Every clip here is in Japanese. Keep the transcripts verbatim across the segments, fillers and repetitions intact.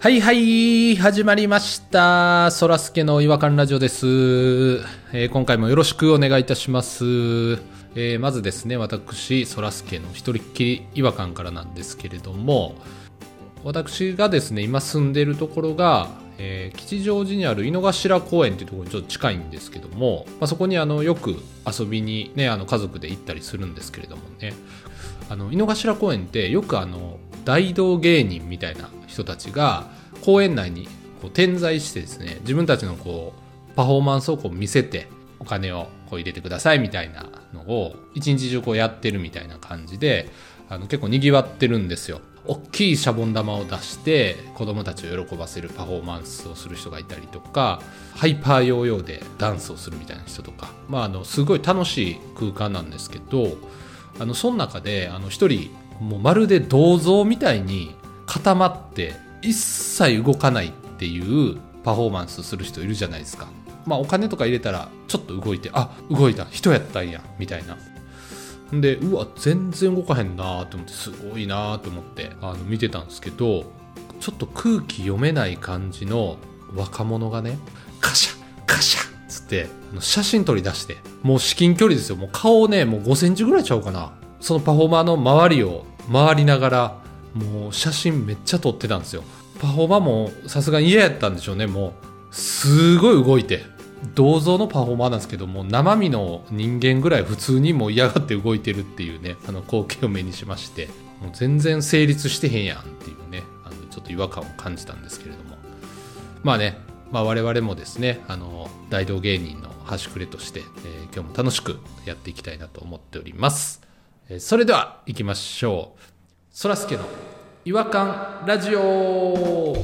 はいはい始まりましたそらすけの違和感ラジオです、えー、今回もよろしくお願いいたします、えー、まずですね私そらすけの一人っきり違和感からなんですけれども、私がですね今住んでいるところが、えー、吉祥寺にある井の頭公園というところにちょっと近いんですけども、まあ、そこにあのよく遊びにねあの家族で行ったりするんですけれどもね、あの井の頭公園ってよくあの大道芸人みたいな人たちが公園内にこう点在してですね、自分たちのこうパフォーマンスをこう見せてお金をこう入れてくださいみたいなのを一日中こうやってるみたいな感じで、あの結構にぎわってるんですよ。大きいシャボン玉を出して子供たちを喜ばせるパフォーマンスをする人がいたりとか、ハイパーヨーヨーでダンスをするみたいな人とか、まあ、あのすごい楽しい空間なんですけど、あのその中であの一人もうまるで銅像みたいに固まって一切動かないっていうパフォーマンスする人いるじゃないですか。まあお金とか入れたらちょっと動いて、あ動いた人やったんやみたいな。でうわ全然動かへんなと思って、すごいなと思ってあの見てたんですけど、ちょっと空気読めない感じの若者がね、カシャカシャっつってあの写真撮り出して、もう至近距離ですよ。もう顔ねもうごセンチぐらいちゃうかな、そのパフォーマーの周りを回りながらもう写真めっちゃ撮ってたんですよ。パフォーマーもさすがに嫌やったんでしょうね。もうすごい動いて、銅像のパフォーマーなんですけども、生身の人間ぐらい普通にも嫌がって動いてるっていうね、あの光景を目にしまして、もう全然成立してへんやんっていうね、あのちょっと違和感を感じたんですけれども、まあね、まあ、我々もですねあの大道芸人の端くれとして、えー、今日も楽しくやっていきたいなと思っております。えー、それでは行きましょう。そらすけの違和感ラジオ。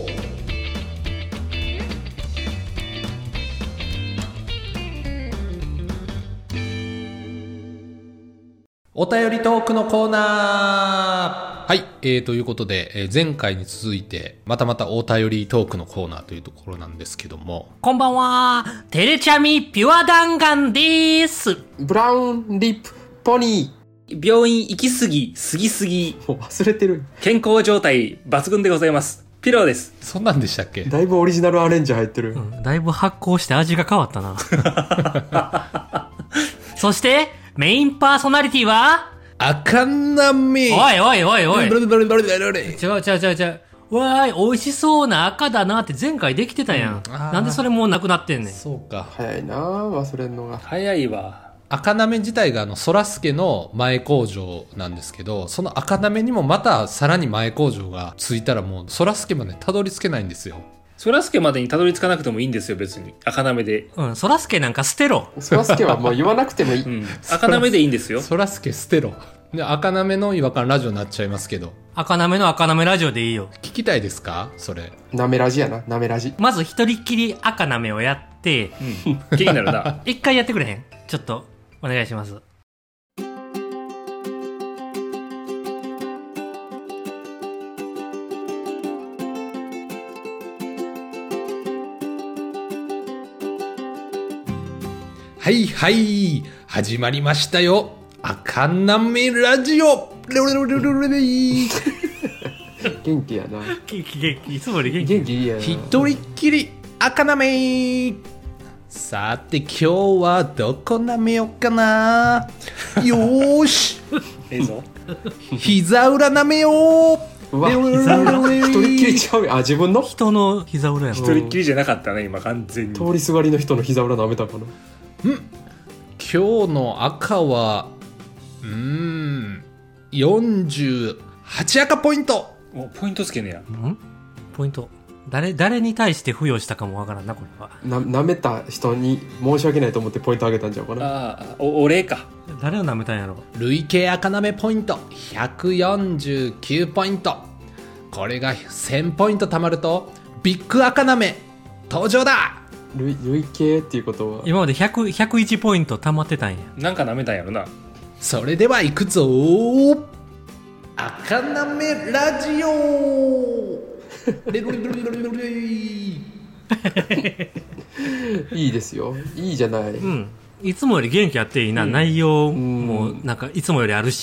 お便りトークのコーナー。はい、えー、ということで、えー、前回に続いてまたまたお便りトークのコーナーというところなんですけども、 こんばんは、テレチャミピュア弾丸です。 ブラウンリップポニー。 病院行き過ぎ、過ぎ過ぎ。 もう忘れてる。 健康状態抜群でございます。ピローです。 そんなんでしたっけ？ だいぶオリジナルアレンジ入ってる。 うん、だいぶ発酵して味が変わったな。そして、メインパーソナリティは赤波。 おいおいおいおい。 ブルブルブルブルブル。 ちゃうちゃうちゃうちゃう。わーい、美味しそうな赤だなって前回できてたやん。うん、なんでそれもうなくなってんねん。 そうか。 早いな忘れんのが。 早いわ。 赤なめ自体があのそらすけの前工場なんですけど、その赤なめにもまたさらに前工場がついたらもうそらすけまでたどり着けないんですよ。 そらすけまでにたどり着かなくてもいいんですよ、別に。赤なめで。 うん、そらすけなんか捨てろ。 そらすけはもう言わなくてもいい。 うん、赤なめでいいんですよ。 そらすけ捨てろ。で赤なめの違和感ラジオになっちゃいますけど。 赤なめの赤なめラジオでいいよ。 聞きたいですかそれ。 なめラジやな、なめラジ。 まず一人っきり赤なめをやって、 うん、気になるな。 一回やってくれへん？ちょっと。お願いします。 はいはい始まりましたよ、赤なめラジオ。レレレレレレレ元気やな。 元気元気、いつもより元気。 元気いいやな。 一人っきり赤なめ。さて今日はどこなめようかな。よーしええぞ。 膝裏なめよう。 うわ、膝裏一人っきりちゃうやん。あ、自分の人の膝裏やん。 一人っきりじゃなかったね、今完全に。 通りすがりの人の膝裏舐めたかな。 ん今日の赤はうーんよんじゅうはち赤ポイント。 お、ポイントつけねや。 んポイント誰誰に対して付与したかもわからんな、これは。 な舐めた人に申し訳ないと思ってポイントあげたんちゃうかな。 ああ、お、お礼か。 誰を舐めたんやろ。 累計赤なめポイントひゃくよんじゅうきゅうポイント。これがせんポイント貯まるとビッグ赤なめ登場だ。 累累計っていうことは今までひゃく、ひゃくいちポイント貯まってたんや。 なんか舐めたんやろな。 それでは行くぞー、赤なめラジオ。レロレロレロレロレいいですよ、いいじゃない。 うん。いつもより元気あっていいな、うん、内容もなんかいつもよりあるし。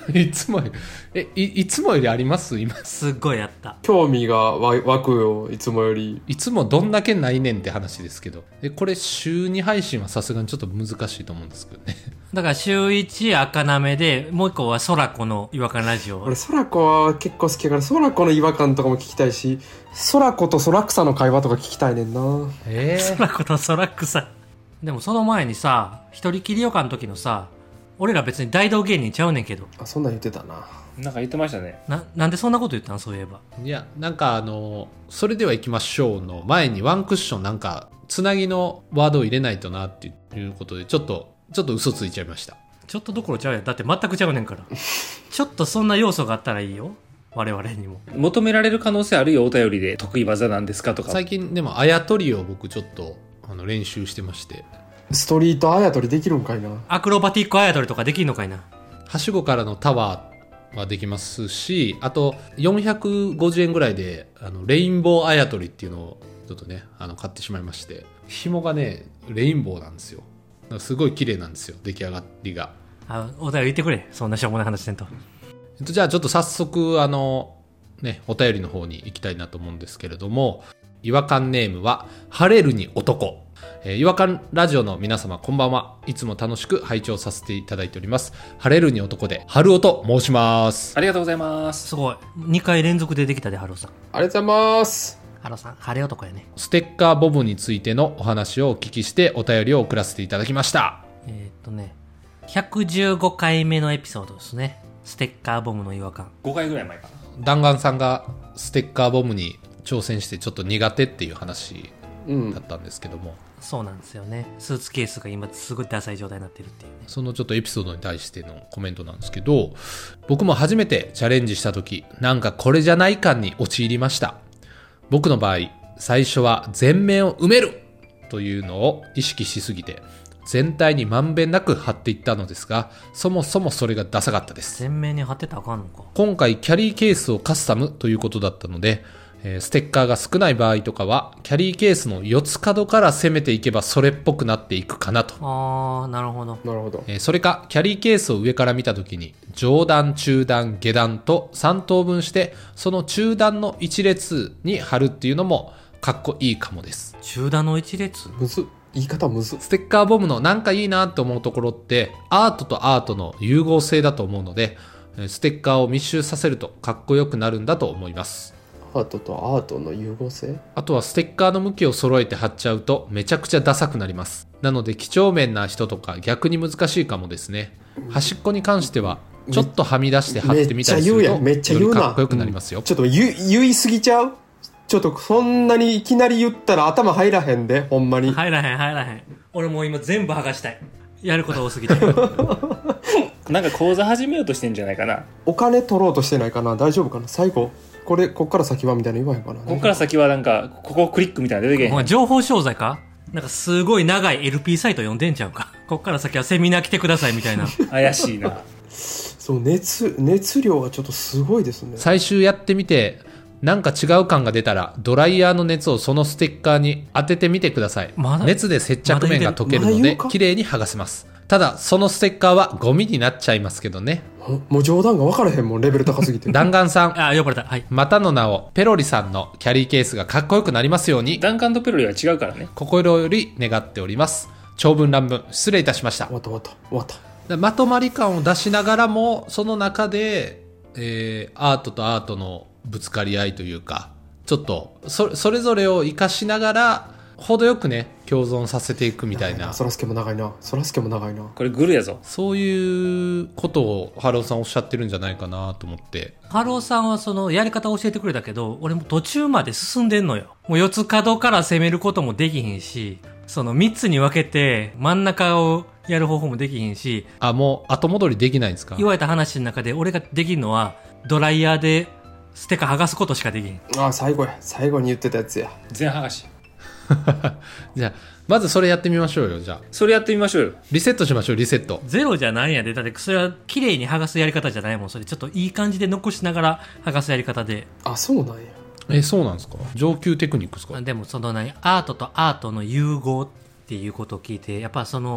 いつもよりえ い, いつもよりあります今。 すっごいやった。 興味が湧くよ、いつもより。 いつもどんだけないねんって話ですけど、えこれ週に配信はさすがにちょっと難しいと思うんですけどね。 だから週いち赤なめで、もう一個は空子の違和感ラジオ。 俺空子は結構好きだから、空子の違和感とかも聞きたいし、空子と空草の会話とか聞きたいねんな。 えー、 空子と空草。でもその前にさ、一人きりよかの時のさ、俺ら別に大道芸人ちゃうねんけど。 あ、そんなん言ってたな。 なんか言ってましたね。 な、なんでそんなこと言ったんそういえば。 いやなんかあのそれでは行きましょうの前にワンクッションなんかつなぎのワードを入れないとなっていうことでちょっとちょっと嘘ついちゃいました。 ちょっとどころちゃうやん。だって全くちゃうねんから。ちょっとそんな要素があったらいいよ。我々にも。 求められる可能性あるよ、お便りで得意技なんですかとか。 最近でもあやとりを僕ちょっとあの練習してまして、 ストリートあやとりできるんかいな。 アクロバティックあやとりとかできんのかいな。 はしごからのタワーはできますし、あとよんひゃくごじゅうえんぐらいであのレインボーあやとりっていうのをちょっとねあの買ってしまいまして、紐がねレインボーなんですよ。だからすごい綺麗なんですよ、出来上がりが。 あ、お便り言ってくれ。そんなしょうもない話せんと。 えっと、じゃあちょっと早速あのねお便りの方に行きたいなと思うんですけれども、違和感ネームは晴れるに男。えー、違和感ラジオの皆様こんばんは。いつも楽しく拝聴させていただいております。晴れるに男で春音申します。 ありがとうございます。 すごい。にかい連続でできたで、ハローさん。 ありがとうございます。 ハローさん、晴れ男やね。 ステッカーボブについてのお話をお聞きしてお便りを送らせていただきました。 えー、っとね、ひゃくじゅうごかいめのエピソードですね。ステッカーボムの違和感。 ごかいぐらい前かな。 弾丸さんがステッカーボムに挑戦してちょっと苦手っていう話だったんですけども、 うん、そうなんですよね。スーツケースが今すごいダサい状態になってるっていうね。 そのちょっとエピソードに対してのコメントなんですけど、僕も初めてチャレンジした時なんかこれじゃない感に陥りました。僕の場合最初は全面を埋めるというのを意識しすぎて全体にまんべんなく貼っていったのですが、そもそもそれがダサかったです。 全面に貼ってたらあかんのか。 今回キャリーケースをカスタムということだったので、えー、ステッカーが少ない場合とかはキャリーケースの四つ角から攻めていけばそれっぽくなっていくかなと。 あー、なるほど。 なるほど。 えー、それかキャリーケースを上から見た時に上段中段下段とさん等分してその中段の一列に貼るっていうのもかっこいいかもです。 中段の一列むずっ。言い方むずっ。 ステッカーボムのなんかいいなと思うところってアートとアートの融合性だと思うので、ステッカーを密集させるとかっこよくなるんだと思います。 アートとアートの融合性。 あとはステッカーの向きを揃えて貼っちゃうとめちゃくちゃダサくなります。なので几帳面な人とか逆に難しいかもですね。端っこに関してはちょっとはみ出して貼ってみたりするとよりかっこよくなりますよ。 ちょっと言言いすぎちゃう。ちょっとそんなにいきなり言ったら頭入らへんで、ほんまに。 入らへん入らへん。俺もう今全部剥がしたい。やること多すぎて。 なんか講座始めようとしてんじゃないかな。 お金取ろうとしてないかな。大丈夫かな。最後これこっから先はみたいな言わへんかな。 こっから先はなんかここクリックみたいなの出てけへん。 お前情報商材か。なんかすごい長い エルピー サイト読んでんちゃうか。こっから先はセミナー来てくださいみたいな。 怪しいな。 そう、熱熱量がちょっとすごいですね。 最終やってみてなんか違う感が出たらドライヤーの熱をそのステッカーに当ててみてください。 まだ熱で接着面が溶けるので綺麗に剥がせます。ただそのステッカーはゴミになっちゃいますけどね。 もう冗談が分からへんもん、レベル高すぎて。 弾丸さん、 あ、呼ばれた。はい。 またの名をペロリさんのキャリーケースがかっこよくなりますようにダンカンとペロリは違うからね。 心より願っております。長文乱文失礼いたしました。 終わった終わった終わった。 まとまり感を出しながらもその中で、えー、アートとアートのぶつかり合いというかちょっと そ, それぞれを生かしながら程よくね共存させていくみたいな。 そらすけも長いな。そらすけも長いな。 これグルやぞ。 そういうことをハローさんおっしゃってるんじゃないかなと思って。 ハローさんはそのやり方を教えてくれたけど、俺も途中まで進んでんのよ。もう四つ角から攻めることもできへんし、その三つに分けて真ん中をやる方法もできへんし。 あ、もう後戻りできないんですか。 言われた話の中で俺ができるのはドライヤーでステッカー剥がすことしかできへん。 ああ、最後や。最後に言ってたやつや。 全剥がし。 じゃあまずそれやってみましょうよ。じゃあそれやってみましょうよ。 リセットしましょう。リセットゼロじゃないんやで。だってそれは綺麗に剥がすやり方じゃないもん。それちょっといい感じで残しながら剥がすやり方で。 あ、そうなんや。 え、そうなんですか。上級テクニックですか。 でもその何アートとアートの融合っていうことを聞いて、やっぱその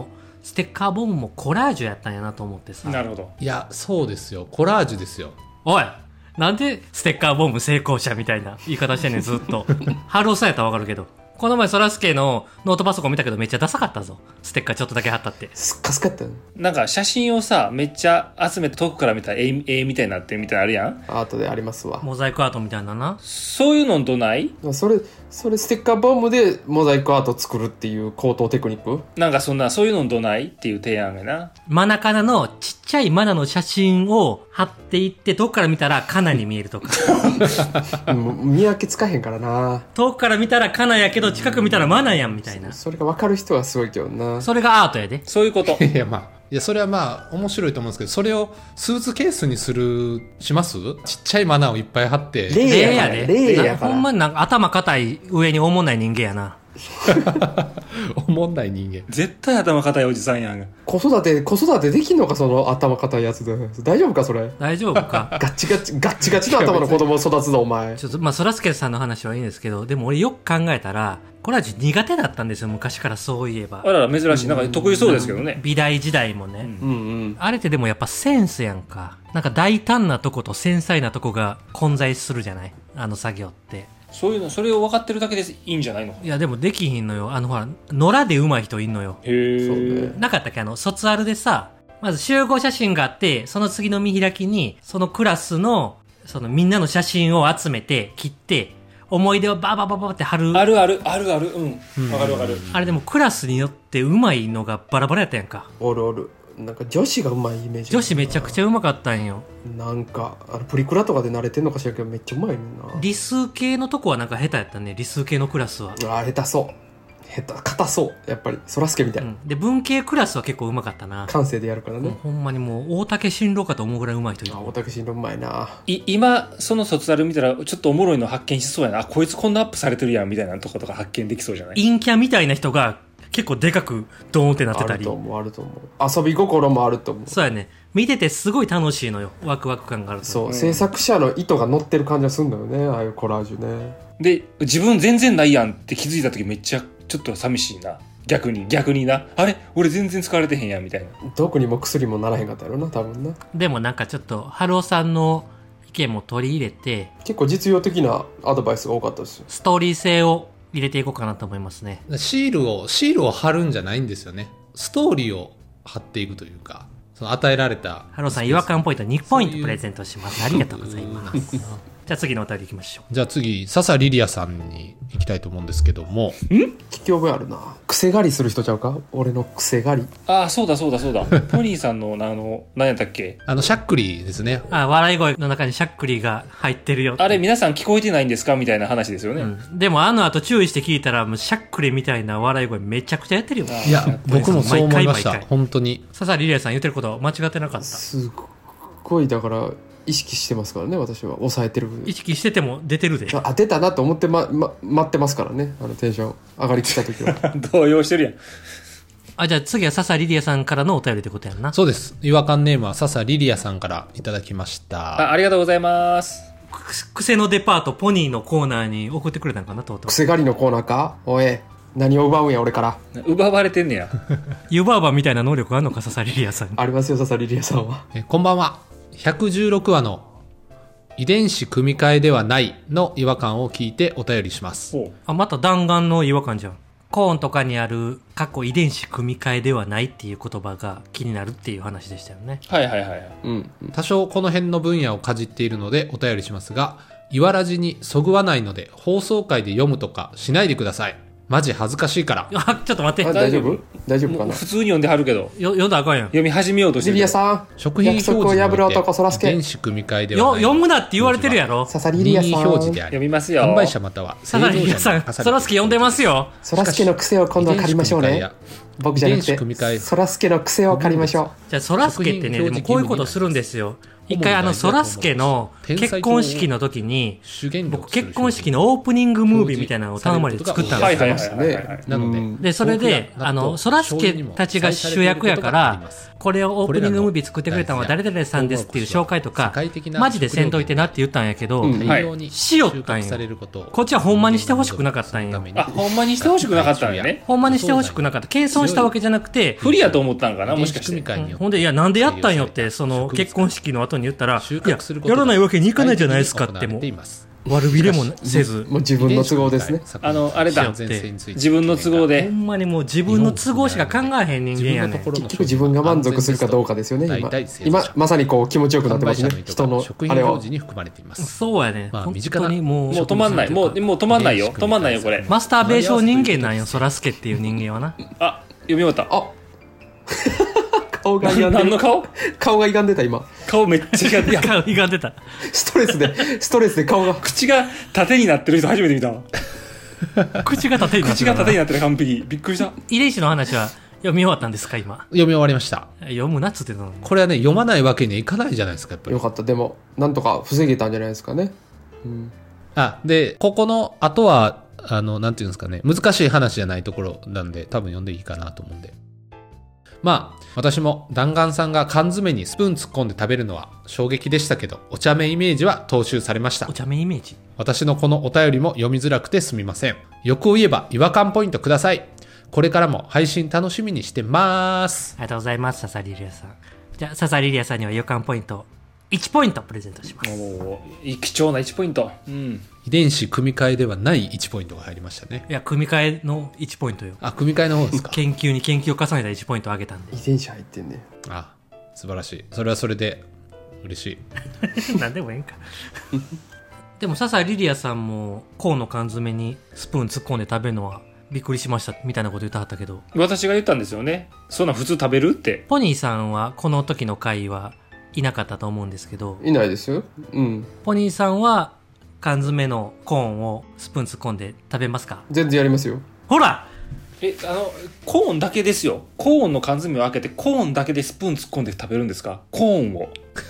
ステッカーボムもコラージュやったんやなと思ってさ。 なるほど。 いや、そうですよ。コラージュですよ。 おいなんでステッカーボム成功者みたいな言い方してんねん、ずっと。ハローさんやったらわかるけど。この前ソラスケのノートパソコン見たけどめっちゃダサかったぞ。ステッカーちょっとだけ貼ったって。 すっかすかったよね。 なんか写真をさ、めっちゃ集めて遠くから見たら絵、絵みたいになってるみたいなのあるやん。 アートでありますわ。 モザイクアートみたいなな。 そういうのどないそれ、それステッカーボムでモザイクアート作るっていう高等テクニック。 なんかそんな、そういうのどないっていう提案やな。 マナカナのちっちゃいマナの写真を貼っていって、遠くから見たらカナに見えるとか。 もう見分けつかへんからな。 遠くから見たらカナやけど近く見たらマナやんみたいな。 それが分かる人はすごいけどな。 それがアートやで。 そういうこと。 いや、まあ。いや、それはまあ、面白いと思うんですけど、それをスーツケースにする、しますちっちゃいマナーをいっぱい貼って。 例例やで。 例やから。 ほんまになんか頭固い上に思んない人間やな。 おもんない人間。 絶対頭固いおじさんやん。 子育て、子育てできんのか、その頭固いやつで。大丈夫か、それ。 大丈夫か。 ガッチガチ、ガッチガチの頭の子供を育つぞ、お前。 ちょっと、まあ、そらすけさんの話はいいんですけど、でも俺よく考えたら、コラージュ苦手だったんですよ、昔からそういえば。 あらら、珍しい。なんか得意そうですけどね。 美大時代もね。 うんうん。 あれってでもやっぱセンスやんか。なんか大胆なとこと繊細なとこが混在するじゃないあの作業って。 そういうの、それを分かってるだけでいいんじゃないの？ いやでもできひんのよ。あのほら、野良で上手い人いんのよ。 へー。 そうね。 なかったっけあの、卒アルでさ、まず集合写真があって、その次の見開きに、そのクラスの、そのみんなの写真を集めて、切って、思い出をバーバーバーバーって貼る。 あるある、あるある。うん。わかるわかる。 あれでもクラスによって上手いのがバラバラやったやんか。 おるおる。なんか女子がうまいイメージ。 女子めちゃくちゃ上手かったんよ。 なんか、あの、プリクラとかで慣れてんのかしらんけど、めっちゃうまいねんな。 理数系のとこはなんか下手やったね。理数系のクラスは。 うわ、下手そう。下手、硬そう。やっぱり、そらすけみたいな。 うん。で、文系クラスは結構上手かったな。 感性でやるからね。 もうほんまにもう、大竹新郎かと思うぐらい上手い人いるあ、大竹新郎うまいな。 い今、その卒アル見たら、ちょっとおもろいの発見しそうやな。あ、こいつこんなアップされてるやん、みたいなとことか発見できそうじゃない？ 陰キャみたいな人が結構でかくドーンってなってたり。 あると思う、あると思う。遊び心もあると思う。 そうやね。見ててすごい楽しいのよ。ワクワク感があると。 そう、制作者の意図が乗ってる感じがするんだよね、ああいうコラージュね。 で、自分全然ないやんって気づいた時めっちゃ、ちょっと寂しいな。逆に、逆にな。あれ俺全然使われてへんやん、みたいな。 毒にも薬もならへんかったやろな、多分な。 でもなんかちょっと、ハローさんの意見も取り入れて、 結構実用的なアドバイスが多かったですよ。 ストーリー性を入れていこうかなと思いますね。 シールを、シールを貼るんじゃないんですよね。ストーリーを貼っていくというか、その与えられた。 ハローさん、違和感ポイントにポイントプレゼントします。ありがとうございます。じゃあ次のお便り行きましょう。 じゃあ次、笹リリアさんに行きたいと思うんですけども。 聞き覚えあるな。癖狩りする人ちゃうか？俺の癖狩り。 ああ、そうだそうだそうだ。ポニーさんの、あの、何やったっけ？ あの、しゃっくりですね。 あ、笑い声の中にしゃっくりが入ってるよ。 あれ皆さん聞こえてないんですかみたいな話ですよね。 うん。でもあの後注意して聞いたら、もうしゃっくりみたいな笑い声めちゃくちゃやってるよ。 いや、僕もそう思いました。 毎回毎回本当に。 笹リリアさん言ってること間違ってなかった。 すっごい、だから、意識してますからね、私は。抑えてる。 意識してても出てるで。 あ、出たなと思ってま、ま、待ってますからね。あの、テンション上がりきた時は。 動揺してるやん。 あ、じゃあ次は笹リリアさんからのお便りってことやんな。 そうです。違和感ネームは笹リリアさんからいただきましあ、 た。 ありがとうございます。 く癖のデパートポニーのコーナーに送ってくれたんかな、とうとう。 癖狩りのコーナーか？おい、何を奪うんや、俺から。 奪われてんねや。 湯婆婆みたいな能力あんのか、笹リリアさんに。 ありますよ、笹リリアさんは。 えこんばんは。ひゃくじゅうろくわの遺伝子組み換えではないの違和感を聞いてお便りします。 ほう。 あ、また弾丸の違和感じゃん。コーンとかにある、過去遺伝子組み換えではないっていう言葉が気になるっていう話でしたよね。 はいはいはい。 うん。 多少この辺の分野をかじっているのでお便りしますが、いわらじにそぐわないので放送回で読むとかしないでください。マジ恥ずかしいから。 あ、ちょっと待って。 あ、大丈夫大丈夫もうかな。 普通に読んではるけど、 よ、読んだらあかんやん。 読み始めようとしてる。 リリアさん、 食品表示において約束を破る男そらすけ遺伝子組み換えではよ、 ない。 読むなって言われてるやろ。 笹リリア任意さん。 表示であり、 読みますよ。 販売者または製造笹リリアさん、 者に課されているそらすけ読んでますよ。 そらすけの癖を今度は借りましょうね。僕じゃなく遺伝子組み換えて、そらすけの癖を借りましょじゃあ、そらすけってね、でもこういうことするんですよ。一回あの、そらすけの結婚式の時に、 主原料僕結婚式のオープニングムービーみたいなのを頼まれて作ったんはいですよ。 はいはいはいはい。 なので、 うんで、それで、あの、そらすけたちが主役やから、これをオープニングムービー作ってくれたのは誰々さんですっていう紹介とか、マジでせんといてなって言ったんやけど、 うん大量にしよったんよ収穫されることをこっちはほんまにしてほしくなかったんよ。 あ、ほんまにしてほしくなかったんやね。 ほんまにしてほしくなかった。 謙遜したわけじゃなくて、 不利やと思ったんかな、 遺伝子もしかして。 組み換えによってほんで、いや、なんでやったんよって、その、結婚式の後に言ったら、 収いや穫するこ、とがやらないわけにいかないじゃないですかって、 行われもています悪びれもせず、 もう自分の都合ですね。 あのあれだ自自分の都合ほで。 んまにもう自分の都合しか考えへん人間やねん。 結局自分が満足するかどうかですよね、今。今、まさにこう気持ちよくなってますね。人の、 食品あれを。 表示に含まれています。 そうやね。 まあ本身近な当にもう、 もう止まんない。もう、もう止まんないよ。止まんないよ、これ。 マスターベーション人間なんよ、そらすけっていう人間はな。 あ、読み終わった。 あ顔が歪んでる。 何の顔顔が歪んでた、今。 顔めっちゃ、いや、 顔歪んでた。 ストレスで、ストレスで顔が。 口が縦になってる人初めて見たわ。 口が縦になって口るが縦になってる、完璧。びっくりした。 遺伝子の話は読み終わったんですか、今。 読み終わりました。 読むなっつってたのに。 これはね、読まないわけにはいかないじゃないですか、やっぱりよ。かった。でも、なんとか防げたんじゃないですかね。うん。 あ、で、ここの後は、あの、なんていうんですかね、難しい話じゃないところなんで、多分読んでいいかなと思うんで。まあ、私も弾丸さんが缶詰にスプーン突っ込んで食べるのは衝撃でしたけど、お茶目イメージは踏襲されましたお。茶目イメージ。 私のこのお便りも読みづらくてすみません。欲を言えば違和感ポイントください。これからも配信楽しみにしてます。 ありがとうございます、笹リリアさん。じゃあ、笹リリアさんには予感ポイントいちポイントプレゼントします。 おー貴重ないちポイント。うん。 遺伝子組み換えではないいちポイントが入りましたね。 いや、組み替えのいちポイントよ。 あ、組み換えの方ですか。 研究に研究を重ねたいちポイントをあげたんで。 遺伝子入ってんね。 あ、素晴らしい。それはそれで嬉しい。 なんでもええんか。でも、笹リリアさんも、コーンの缶詰にスプーン突っ込んで食べるのはびっくりしましたみたいなこと言ってはったけど、 私が言ったんですよね。そんなん普通食べるって。 ポニーさんはこの時の回はいなかったと思うんですけど、 いないですよ。うん。 ポニーさんは缶詰のコーンをスプーン突っ込んで食べますか？ 全然やりますよ。 ほらえ、あの、コーンだけですよ。コーンの缶詰を開けて、コーンだけでスプーン突っ込んで食べるんですか？コーンを。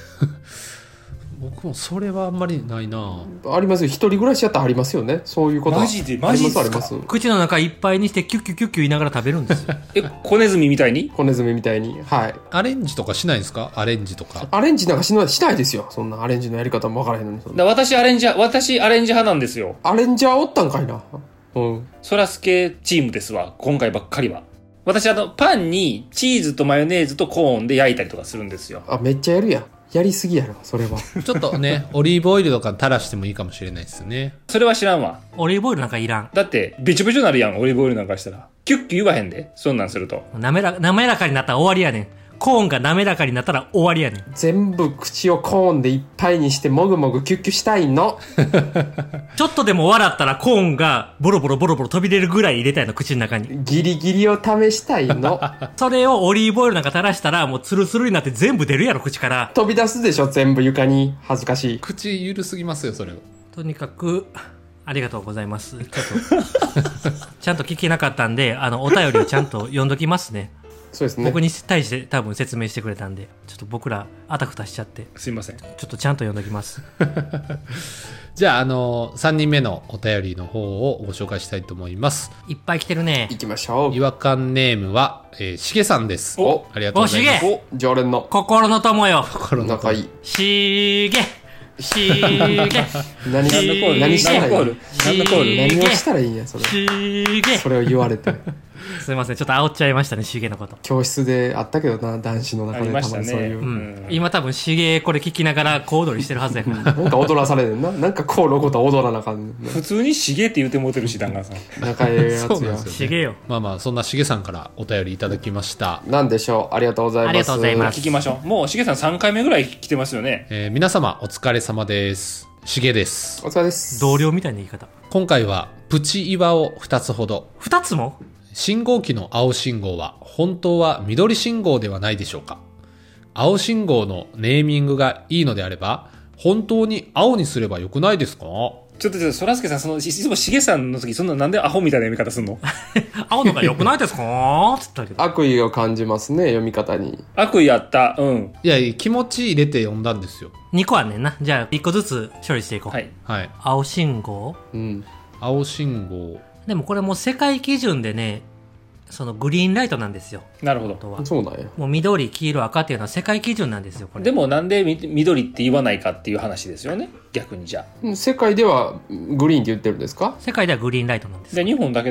僕もそれはあんまりないな。 ありますよ。一人暮らしやったらありますよね。そういうことは。 マジでマジですかあります、あります。 口の中いっぱいにしてキュッキュッキュッキュ言いながら食べるんですよ。 え、小ネズミみたいに？ 小ネズミみたいに。はい。 アレンジとかしないんですか？アレンジとか。 アレンジなんかしないしないですよ。そんなアレンジのやり方もわからへんのに。そんなだ私アレンジャー、私アレンジ派なんですよ。 アレンジャーおったんかいな。うん。 そらすけチームですわ。今回ばっかりは。私あの、パンにチーズとマヨネーズとコーンで焼いたりとかするんですよ。 あ、めっちゃやるやん。やりすぎやろ、それは。 ちょっとね、オリーブオイルとか垂らしてもいいかもしれないですね。 それは知らんわ。 オリーブオイルなんかいらん。 だって、べちょべちょなるやん、オリーブオイルなんかしたら。キュッキュ言わへんで。そんなんすると。 滑ら滑らかになったら終わりやねん。コーンが滑らかになったら終わりやねん。 全部口をコーンでいっぱいにしてもぐもぐキュッキュしたいの。 ちょっとでも笑ったらコーンがボロボロボロボロ飛び出るぐらい入れたいの、口の中に。 ギリギリを試したいの。 それをオリーブオイルなんか垂らしたらもうツルツルになって全部出るやろ、口から。 飛び出すでしょ、全部床に。恥ずかしい。 口ゆるすぎますよ、それは。 とにかく、ありがとうございます。ちょっと、ちゃんと聞けなかったんで、あの、お便りをちゃんと読んどきますね。 そうですね。 僕に対して多分説明してくれたんで、ちょっと僕らあたふたしちゃって、 すいません。 ちょっとちゃんと読んどきます。 じゃあ、あの、さんにんめのお便りの方をご紹介したいと思います。 いっぱい来てるね。 行きましょう。 違和感ネームは、えー、しげさんです。 おありがとうございます。 おしお、常連の。 心の友よ。 心の仲いい。 しげ。しげ。 何しげ。 何したらいい何のコール何のコール何をしたらいいんや、それ。 しげ。 それを言われて。 すいません、ちょっと煽っちゃいましたね、しげのこと。 教室であったけどな、男子の中でたありましたねまにそういう。 ううんん。今多分しげこれ聞きながら小躍りしてるはずやから。 なんか踊らされるな。なんかこうのことは踊らなあかんねんな。 普通にしげって言うてもうてるし、弾丸さん。 仲ええやつやそうなんです。よしげよ。 まあまあ、そんなしげさんからお便りいただきました。 なんでしょう。ありがとうございます。 ありがとうございます聞きましょう。もうしげさんさんかいめぐらい来てますよね。 えー皆様、お疲れ様です。しげです。 お疲れです。 同僚みたいな言い方。 今回は、プチ岩をふたつほど。 二つも信号機の青信号は本当は緑信号ではないでしょうか？青信号のネーミングがいいのであれば、本当に青にすればよくないですか？ ちょっとちょっと、そらすけさん、その、いつもしげさんの時、そんななんでアホみたいな読み方すんの？ 青のが良くないですかつったけど。 悪意を感じますね、読み方に。 悪意あった。うん。 いや、気持ち入れて読んだんですよ。 にこあんねんな。じゃあいっこずつ処理していこう。 はい。 はい。 青信号。 うん。 青信号。 でもこれもう世界基準でね、そのグリーンライトなんですよ。 なるほど。 本当は。 そうなんや。 もう緑、黄色、赤っていうのは世界基準なんですよ、これ。 でもなんでみ緑って言わないかっていう話ですよね。逆にじゃあ。 世界ではグリーンって言ってるんですか？ 世界ではグリーンライトなんです。 で、日本だけだ。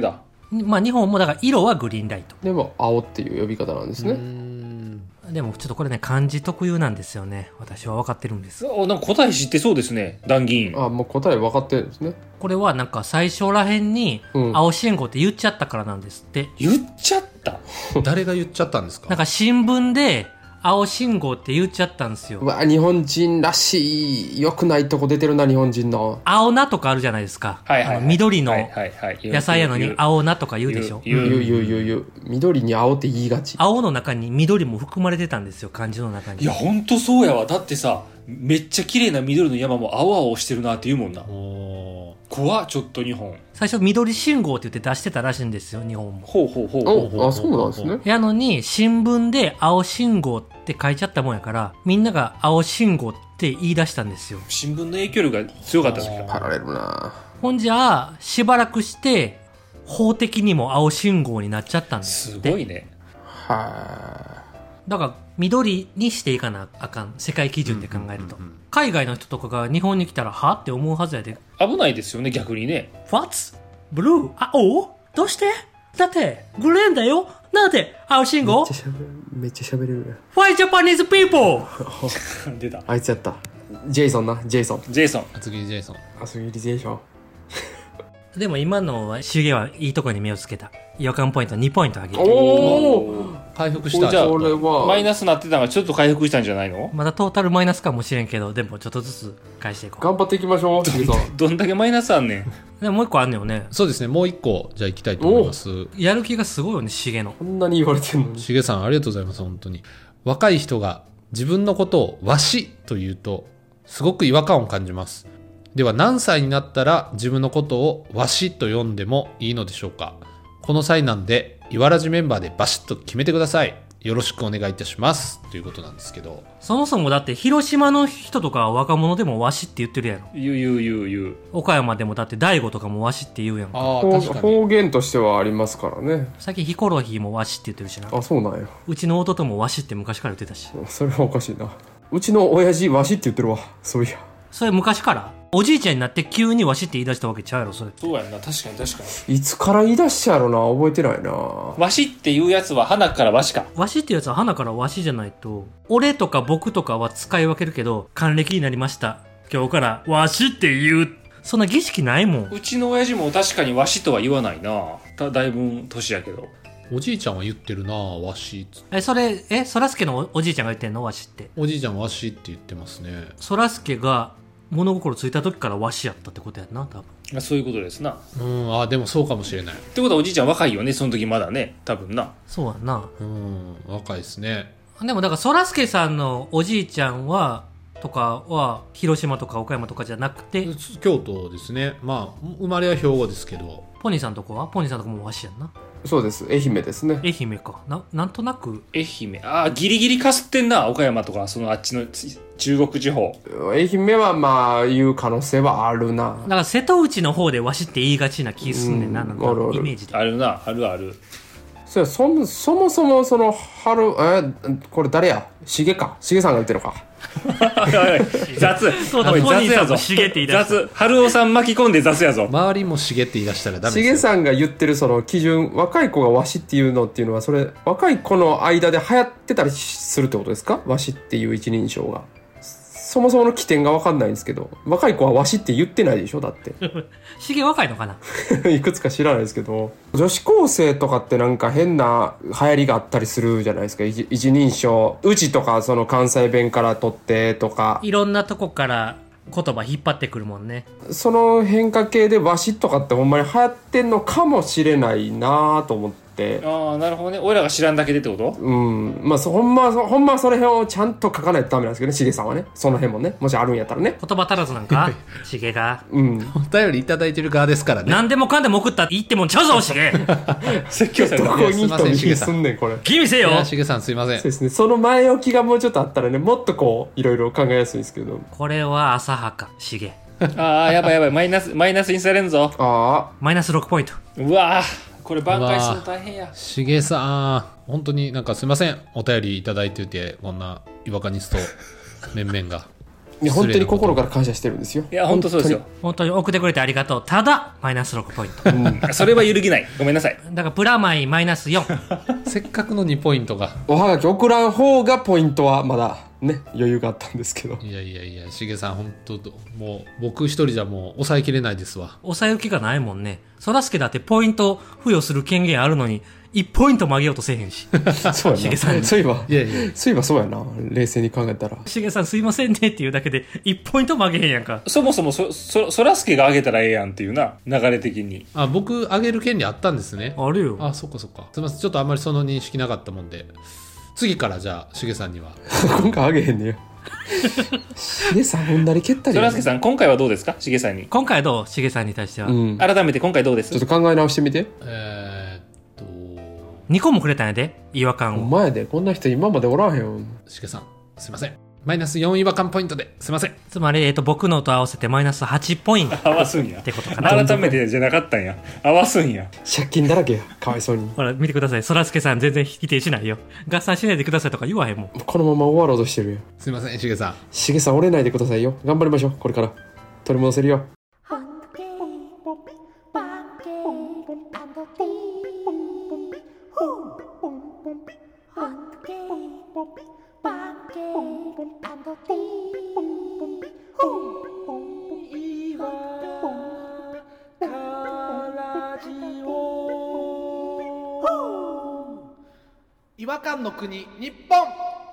まあ日本もだから色はグリーンライト。 でも青っていう呼び方なんですうーね。 んでもちょっとこれね、漢字特有なんですよね。私は分かってるんです。 おなんか答え知ってそうですね、談議員。 あ、もう答え分かってるんですね。 これはなんか最初らへんにうん青信号って言っちゃったからなんですって。 言っちゃった誰が言っちゃったんですか？ なんか新聞で青信号って言っちゃったんですよ。 うわ、日本人らしい良くないとこ出てるな、日本人の。 青菜とかあるじゃないですか。 はいはい、はい、 あの緑のはいはいはい野菜やのに言う青菜とか言うでしょ。 言う言う言う言う言う。緑に青って言いがち。 青の中に緑も含まれてたんですよ、漢字の中に。 いやほんとそうやわ。だってさ、めっちゃ綺麗な緑の山も青々してるなって言うもんな。 おー怖っ、ちょっと日本。 最初緑信号って言って出してたらしいんですよ、日本も。 ほうほうほうほう。 お、あ、そうなんですね。 やのに新聞で青信号って書いちゃったもんやから、みんなが青信号って言い出したんですよ。 新聞の影響力が強かったんですよ。 パラレルな。 ほんじゃあしばらくして法的にも青信号になっちゃったんですすって。 ごいね。 はだから緑にしていかなあかん、世界基準で考えると、 うんうんうんうん海外の人とかが日本に来たらはって思うはずやで。 危ないですよね、逆にね。 What? ブルー青どうしてだってグレーンだよ。なんで青信い。 号めっちゃしゃべる。めっちゃしゃべれる。 Why Japanese people? 出た。 あいつやった。ジェイソンな、ジェイソン。 ジェイソン。 厚切りジェイソン。 あ、そういうリゼーション。 でも今のはシゲはいいとこに目をつけた。違和感ポイントにポイントあげる。 おお。 回復した。 じゃあこれはマイナスなってたのがちょっと回復したんじゃないの？ まだトータルマイナスかもしれんけど、でもちょっとずつ返していこ頑張っていきましょう、シゲさん。 どんだけマイナスあんねん。 う。でももう一個あんねんよね。 そうですね、もう一個じゃあ行きたいと思います。 やる気がすごいよね、シゲの。 こんなに言われてんのに。 しげさんありがとうございます。本当に若い人が自分のことをわしと言うとすごく違和感を感じます。では何歳になったら自分のことをわしと呼んでもいいのでしょうか？この際なんでいわらじメンバーでバシッと決めてください。よろしくお願いいたしますということなんですけど、 そもそもだって広島の人とか若者でもわしって言ってるやろ。 言う言う言う言う。 岡山でもだって大悟とかもわしって言うやんか。 ああ方確かに方言としてはありますからね。 最近ヒコロヒーもわしって言ってるしな。 あ、そうなんや。 うちの弟もわしって昔から言ってたし。 それはおかしいな。うちの親父わしって言ってるわ。そういや。 それ昔からおじいちゃんになって急にわしって言い出したわけちゃうやろ、それ。 そうやんな、確かに確かに。 いつから言い出したやろな。覚えてないな。 わしっていうやつは花からわしか。 わしってやつは花からわしじゃないと、俺とか僕とかは使い分けるけど、還暦になりました、今日からわしって言う。そんな儀式ないもん。 うちの親父も確かにわしとは言わないな。だだいぶ年やけど。 おじいちゃんは言ってるなわし。 え、それ、え、そらすけのおおじいちゃんが言ってんのわしって。 おじいちゃんわしって言ってますね。 そらすけが物心ついた時からわしやったってことやんな、多分。 そういうことですな。っうんあでもそうかもしれない。 てことはおじいちゃん若いよね、その時まだね。多分な。 そうやんな。 うん若いですね。 でもだからそらすけさんのおじいちゃんはとかは広島とか岡山とかじゃなくて、 京都ですね。まあ生まれは兵庫ですけど。 ポニーさんとこはポニーさんとこもわしやんな。 そうです。愛媛ですね。 愛媛かな。なんとなく愛媛。ああ、ギリギリかすってんな。岡山とか、そのあっちのつ中国地方。 愛媛はまあ言う可能性はあるな。 だから瀬戸内の方でわしって言いがちな気すんねんな、 うんなんかあるあるイメージで。 あるな、あるある。 そやそもそもそもその春えこれ誰やしげかしげさんが言ってるのか。 雑。 そうだおいポニーさんも雑やぞ。 しげって言い出した雑。春尾さん巻き込んで雑やぞ。 周りもしげって言い出したらダメしげですよ。 さんが言ってるその基準、若い子がわしっていうのっていうのはそれ若い子の間で流行ってたりするってことですか？わしっていう一人称が。そもそもの起点が分かんないんですけど、若い子はわしって言ってないでしょだってしげ若いのかな。 いくつか知らないですけど、女子高生とかってなんか変な流行りがあったりするじゃないですか。一一人称うちとかその関西弁から取ってとか、 いろんなとこから言葉引っ張ってくるもんね。 その変化系でわしとかってほんまに流行ってんのかもしれないなと思って、 ああ、なるほどね。俺らが知らんだけでってこと？ うんまあそほんまほんまそれ辺をちゃんと書かないとダメなんですけどね、しげさんはね。その辺もね、もしあるんやったらね。 言葉足らずなんかしげが。 うんお便りいただいてる側ですからね。 何でもかんでも送ったって言ってもんちゃうぞしげ。 説教された。 どこに人見すんねんこれ。 気見せよ。 いやしげさんすいませんそう。ですね、その前置きがもうちょっとあったらね、もっとこういろいろ考えやすいんですけど。 これは浅はかしげ。 ああ、やばいやばい。マイナス、マイナスにされんぞ。 あマイナスろくポイント。 うわーこれ挽回するの大変や。 しげさん本当になんかすいません。お便りいただいててこんな違和感ニスト面々が。 いや本当に心から感謝してるんですよ。 いや本当そうですよ。 本当に送ってくれてありがとう。ただマイナスろくポイント。 うんそれは揺るぎない。ごめんなさい。 だからプラマイマイナスよん。 せっかくのにポイントが。 おはがき送らん方がポイントはまだね余裕があったんですけど。 いやいやいや、しげさん本当もう僕一人じゃもう抑えきれないですわ。 抑える気がないもんね。そらすけだってポイント付与する権限あるのにいちポイント曲げようとせえへんし。 そうやしげさんにな。そういえばいやいや、 そういえばそうやな。冷静に考えたら。 しげさんすいませんねっていうだけでいちポイント曲げへんやんか。 そもそもそ、そ、そらすけが上げたらええやんっていうな、流れ的に。 あ、僕上げる権利あったんですね。 あるよ。 あ、そっかそっか。すみません、ちょっとあんまりその認識なかったもんで、次からじゃあしげさんには。 今回あげへんねよ。しげさんほんなり蹴ったりやな。 そらすけさん、今回はどうですかしげさんに。 今回はどうしげさんに対しては。 うん。 改めて今回どうですちょっと考え直してみて。 えー、っと、 にこもくれたんやで、違和感おを。 前でこんな人今までおらんへん。 しげさん、すいません。マイナスよん違和感ポイントですいません。 つまり、えっと、僕のと合わせてマイナスはちポイントっ合わすんや。 てことかな。 改めてじゃなかったんや。合わすんや。 借金だらけや。かわいそうに。 ほら、見てください。そらすけさん全然否定しないよ。合算しないでくださいとか言わへんもん。 このまま終わろうとしてるよ。 すいません、しげさん。 しげさん折れないでくださいよ。頑張りましょう。これから取り戻せるよ。 違和感の国日本。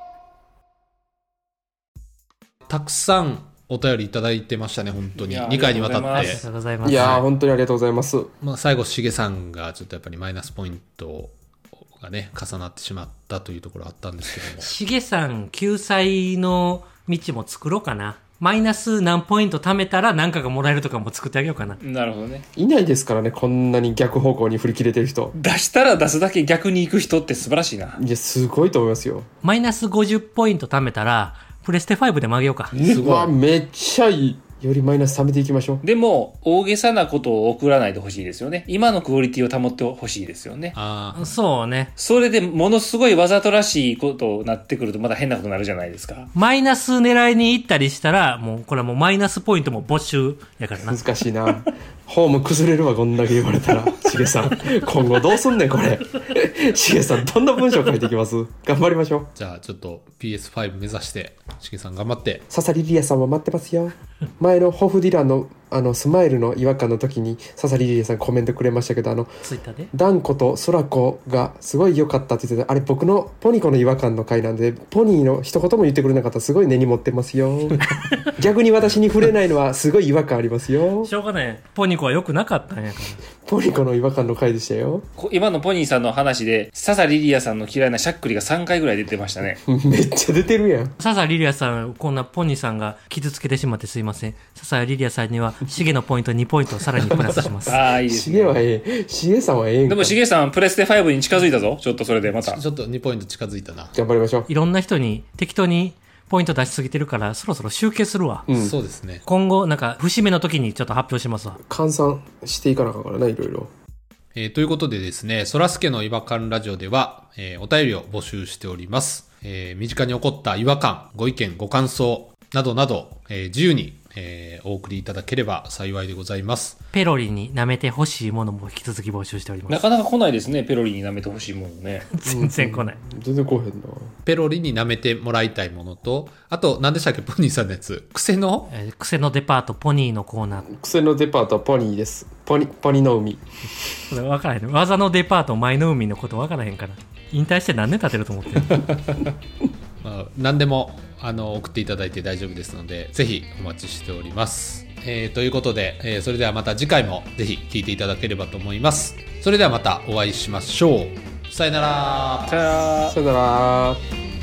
たくさんお便りいただいてましたね、本当にいやにかいにわたっありてありがとうございます。 いやー本当にありがとうございます。 まあ、最後しげさんがちょっとやっぱりマイナスポイントがね重なってしまったというところあったんですけども、 しげさん救済の道も作ろうかな。マイナス何ポイント貯めたら何かがもらえるとかも作ってあげようかな。 なるほどね。 いないですからね、こんなに逆方向に振り切れてる人。 出したら出すだけ逆に行く人って素晴らしいな。 いやすごいと思いますよ。 マイナスごじゅっポイント貯めたら、プレステファイブで曲げようか。 すごいうわめっちゃいい。よりマイナス貯めていきましょう。 でも、大げさなことを送らないでほしいですよね。今のクオリティを保ってほしいですよね。 あーそうね。 それでものすごいわざとらしいことになってくるとまた変なことになるじゃないですか。 マイナス狙いに行ったりしたら、もうこれはもうマイナスポイントも没収やからな。 難しいな。ホーム崩れるわこんだけ言われたら。しげさん今後どうすんねんこれ。しげさんどんな文章書いていきます？頑張りましょう。 じゃあちょっと ピーエスファイブ 目指してしげさん頑張って。 ササリリアさんは待ってますよ。前のホフディランのあのスマイルの違和感の時にササリリアさんコメントくれましたけど、あのツイッターで。 ダンコとソラコがすごい良かったって言ってた。あれ僕のポニコの違和感の回なんで、ポニーの一言も言ってくれなかったらすごい根に持ってますよ。逆に私に触れないのはすごい違和感ありますよ。 しょうがない。ポニコは良くなかったんやから。 ポニコの違和感の回でしたよ。 こ今のポニーさんの話で、笹リリアさんの嫌いなしゃっくりがさんかいぐらい出てましたね。 めっちゃ出てるやん。 笹リリアさん、こんなポニーさんが傷つけてしまってすいません。笹リリアさんには、シゲのポイントにポイントをさらにプラスします。 ああ、いいですしげはね。 ええ。しげさんはええんか。 でもしげさん、プレステファイブに近づいたぞ。ちょっとそれでまた。 ちょっとにポイント近づいたな、 頑張りましょう。 いろんな人に適当にポイント出しすぎてるから、そろそろ集計するわ。 うん。 そうですね。 今後、なんか、節目の時にちょっと発表しますわ。 換算していかなあかんからな、いろいろ。 えーということでですね、そらすけの違和感ラジオでは、えーお便りを募集しております。えー身近に起こった違和感、ご意見、ご感想などなど、えー自由に、えーお送りいただければ幸いでございます。 ペロリに舐めてほしいものも引き続き募集しております。 なかなか来ないですね、ペロリに舐めてほしいものね。 全然来ない。 全然こうへんな。 ペロリに舐めてもらいたいものと、あと、何でしたっけ、ポニーさんのやつ。癖のえー、癖のデパートポニーのコーナー。 癖のデパートはポニーです。ポニ、ポニの海。 それ分からへんね。技のデパート前の海のこと分からへんから。引退して何年経てると思ってるまあ、何でもあの送っていただいて大丈夫ですので、ぜひお待ちしております。えーということで、えーそれではまた次回もぜひ聞いていただければと思います。それではまたお会いしましょう。さよなら。 さよなら。 さよなら。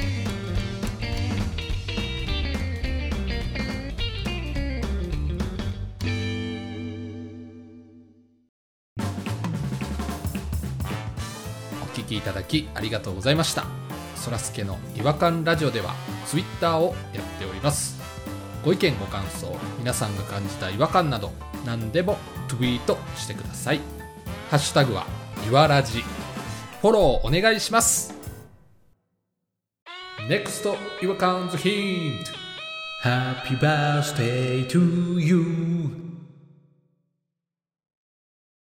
お聞きいただきありがとうございました。そらすけの違和感ラジオではツイッターをやっております。ご意見ご感想、皆さんが感じた違和感など何でもツイートしてください。ハッシュタグはいわらじ。フォローお願いします。 ネクスト 違和感ズヒント。 Happy birthday to you